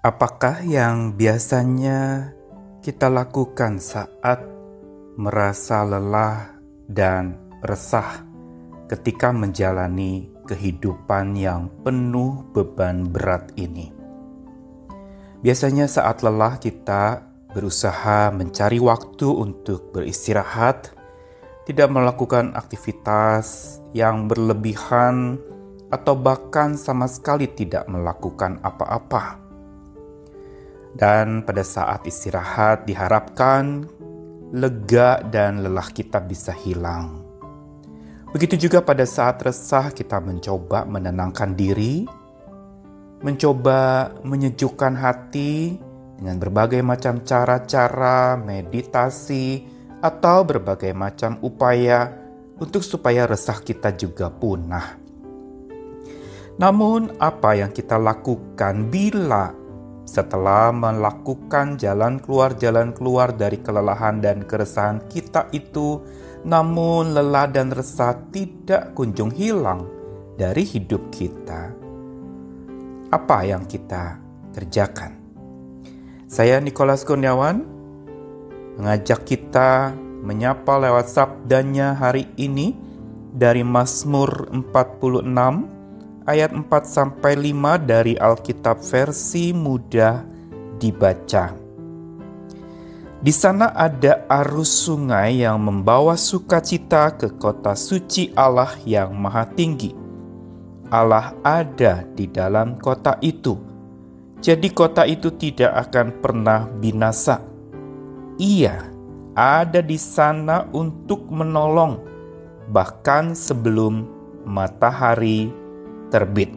Apakah yang biasanya kita lakukan saat merasa lelah dan resah ketika menjalani kehidupan yang penuh beban berat ini? Biasanya saat lelah kita berusaha mencari waktu untuk beristirahat, tidak melakukan aktivitas yang berlebihan, atau bahkan sama sekali tidak melakukan apa-apa. Dan pada saat istirahat diharapkan lega dan lelah kita bisa hilang. Begitu juga pada saat resah kita mencoba menenangkan diri, mencoba menyejukkan hati dengan berbagai macam cara-cara meditasi atau berbagai macam upaya untuk supaya resah kita juga punah. Namun apa yang kita lakukan bila setelah melakukan jalan keluar dari kelelahan dan keresahan kita itu, namun lelah dan resah tidak kunjung hilang dari hidup kita? Apa yang kita kerjakan? Saya Nikolas Kurniawan mengajak kita menyapa lewat sabdanya hari ini dari Mazmur 46 ayat 4-5 dari Alkitab versi mudah dibaca. Di sana ada arus sungai yang membawa sukacita ke kota suci Allah yang Maha Tinggi. Allah ada di dalam kota itu. Jadi kota itu tidak akan pernah binasa. Ia ada di sana untuk menolong, bahkan sebelum matahari terbit.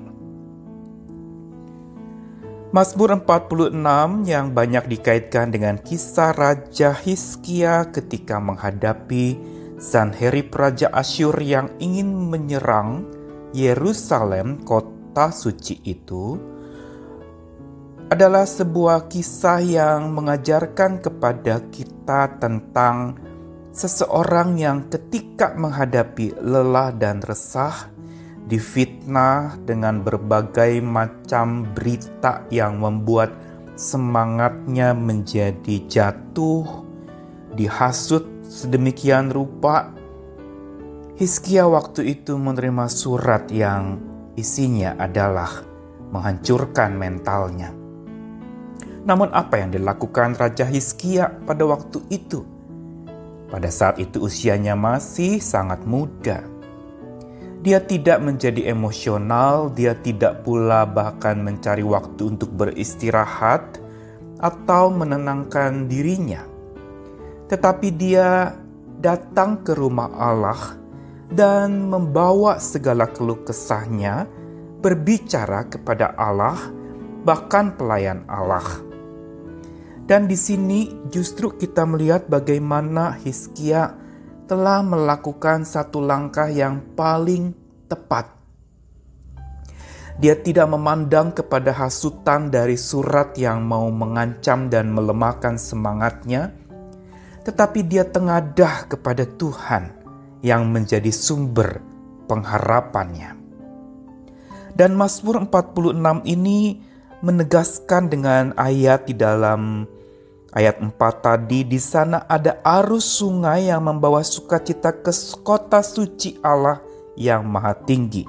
Mazmur 46 yang banyak dikaitkan dengan kisah Raja Hizkia ketika menghadapi Sanherib Raja Asyur yang ingin menyerang Yerusalem, kota suci itu, adalah sebuah kisah yang mengajarkan kepada kita tentang seseorang yang ketika menghadapi lelah dan resah, difitnah dengan berbagai macam berita yang membuat semangatnya menjadi jatuh, dihasut sedemikian rupa. Hizkia waktu itu menerima surat yang isinya adalah menghancurkan mentalnya. Namun apa yang dilakukan Raja Hizkia pada waktu itu? Pada saat itu usianya masih sangat muda. Dia tidak menjadi emosional, dia tidak pula bahkan mencari waktu untuk beristirahat atau menenangkan dirinya. Tetapi dia datang ke rumah Allah dan membawa segala keluh kesahnya, berbicara kepada Allah, bahkan pelayan Allah. Dan di sini justru kita melihat bagaimana Hizkia telah melakukan satu langkah yang paling tepat. Dia tidak memandang kepada hasutan dari surat yang mau mengancam dan melemahkan semangatnya, tetapi dia tengadah kepada Tuhan yang menjadi sumber pengharapannya. Dan Mazmur 46 ini menegaskan dengan ayat di dalam ayat 4 tadi, di sana ada arus sungai yang membawa sukacita ke kota suci Allah yang Maha Tinggi.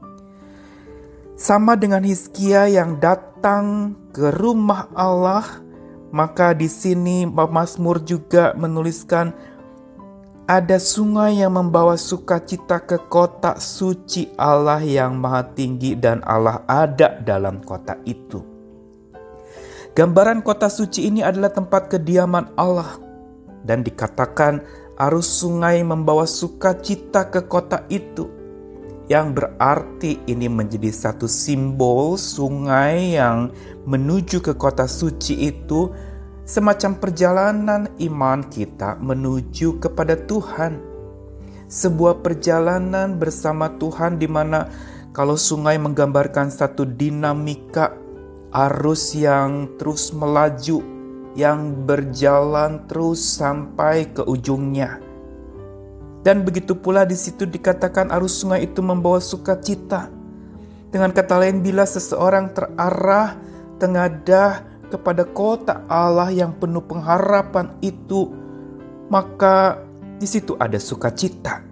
Sama dengan Hizkia yang datang ke rumah Allah, maka di sini Mazmur juga menuliskan ada sungai yang membawa sukacita ke kota suci Allah yang Maha Tinggi, dan Allah ada dalam kota itu. Gambaran kota suci ini adalah tempat kediaman Allah, dan dikatakan arus sungai membawa sukacita ke kota itu, yang berarti ini menjadi satu simbol sungai yang menuju ke kota suci itu, semacam perjalanan iman kita menuju kepada Tuhan. Sebuah perjalanan bersama Tuhan di mana kalau sungai menggambarkan satu dinamika arus yang terus melaju, yang berjalan terus sampai ke ujungnya. Dan begitu pula di situ dikatakan arus sungai itu membawa sukacita. Dengan kata lain, bila seseorang terarah, tengadah, kepada kota Allah yang penuh pengharapan itu, maka di situ ada sukacita.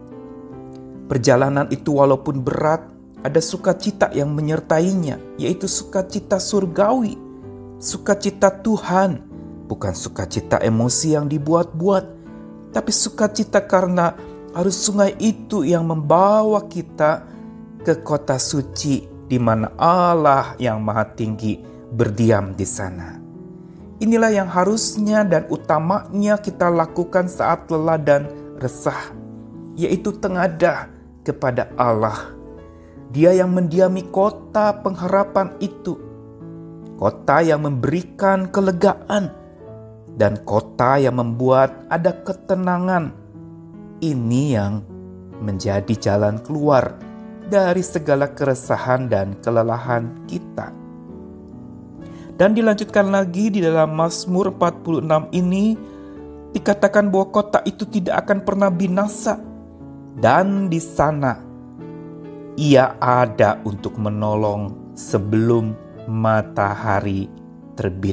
Perjalanan itu walaupun berat, ada sukacita yang menyertainya, yaitu sukacita surgawi, sukacita Tuhan, bukan sukacita emosi yang dibuat-buat, tapi sukacita karena arus sungai itu yang membawa kita ke kota suci, di mana Allah yang Maha Tinggi berdiam di sana. Inilah yang harusnya dan utamanya kita lakukan saat lelah dan resah, yaitu tengadah kepada Allah. Dia yang mendiami kota pengharapan itu, kota yang memberikan kelegaan, dan kota yang membuat ada ketenangan. Ini yang menjadi jalan keluar dari segala keresahan dan kelelahan kita. Dan dilanjutkan lagi di dalam Mazmur 46 ini, dikatakan bahwa kota itu tidak akan pernah binasa. Dan di sana Ia ada untuk menolong sebelum matahari terbit.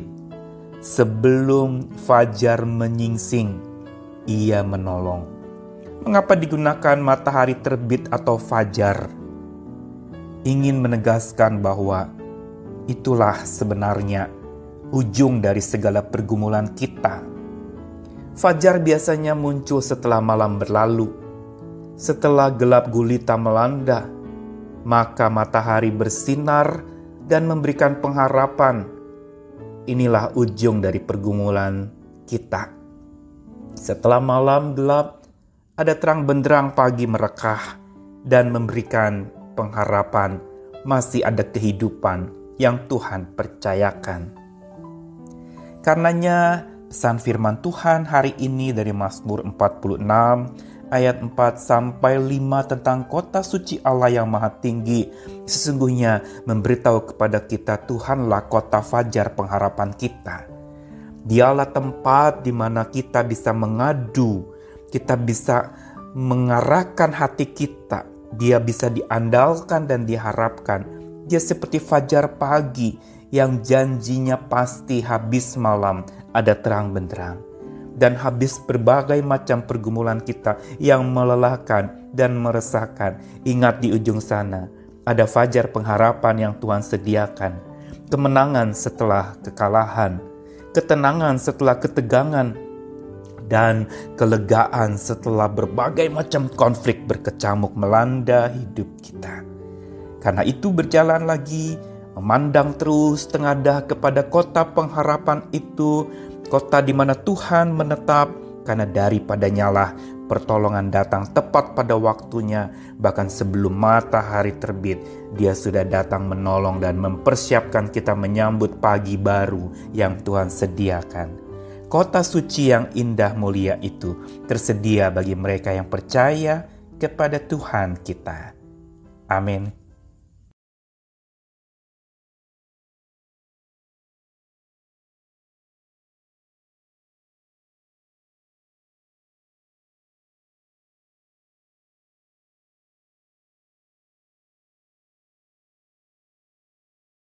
Sebelum fajar menyingsing, Ia menolong. Mengapa digunakan matahari terbit atau fajar? Ingin menegaskan bahwa itulah sebenarnya ujung dari segala pergumulan kita. Fajar biasanya muncul setelah malam berlalu. Setelah gelap gulita melanda, maka matahari bersinar dan memberikan pengharapan. Inilah ujung dari pergumulan kita. Setelah malam gelap, ada terang benderang pagi merekah dan memberikan pengharapan. Masih ada kehidupan yang Tuhan percayakan. Karenanya pesan firman Tuhan hari ini dari Mazmur 46 ayat 4-5 tentang kota suci Allah yang Maha Tinggi sesungguhnya memberitahu kepada kita Tuhanlah kota fajar pengharapan kita. Dialah tempat di mana kita bisa mengadu, kita bisa mengarahkan hati kita, Dia bisa diandalkan dan diharapkan. Dia seperti fajar pagi yang janjinya pasti habis malam ada terang benderang. Dan habis berbagai macam pergumulan kita yang melelahkan dan meresahkan. Ingat di ujung sana ada fajar pengharapan yang Tuhan sediakan. Kemenangan setelah kekalahan, ketenangan setelah ketegangan, dan kelegaan setelah berbagai macam konflik berkecamuk melanda hidup kita. Karena itu berjalan lagi, memandang terus tengadah kepada kota pengharapan itu, kota di mana Tuhan menetap, karena daripadanya lah pertolongan datang tepat pada waktunya, bahkan sebelum matahari terbit, Dia sudah datang menolong dan mempersiapkan kita menyambut pagi baru yang Tuhan sediakan. Kota suci yang indah mulia itu tersedia bagi mereka yang percaya kepada Tuhan kita. Amin.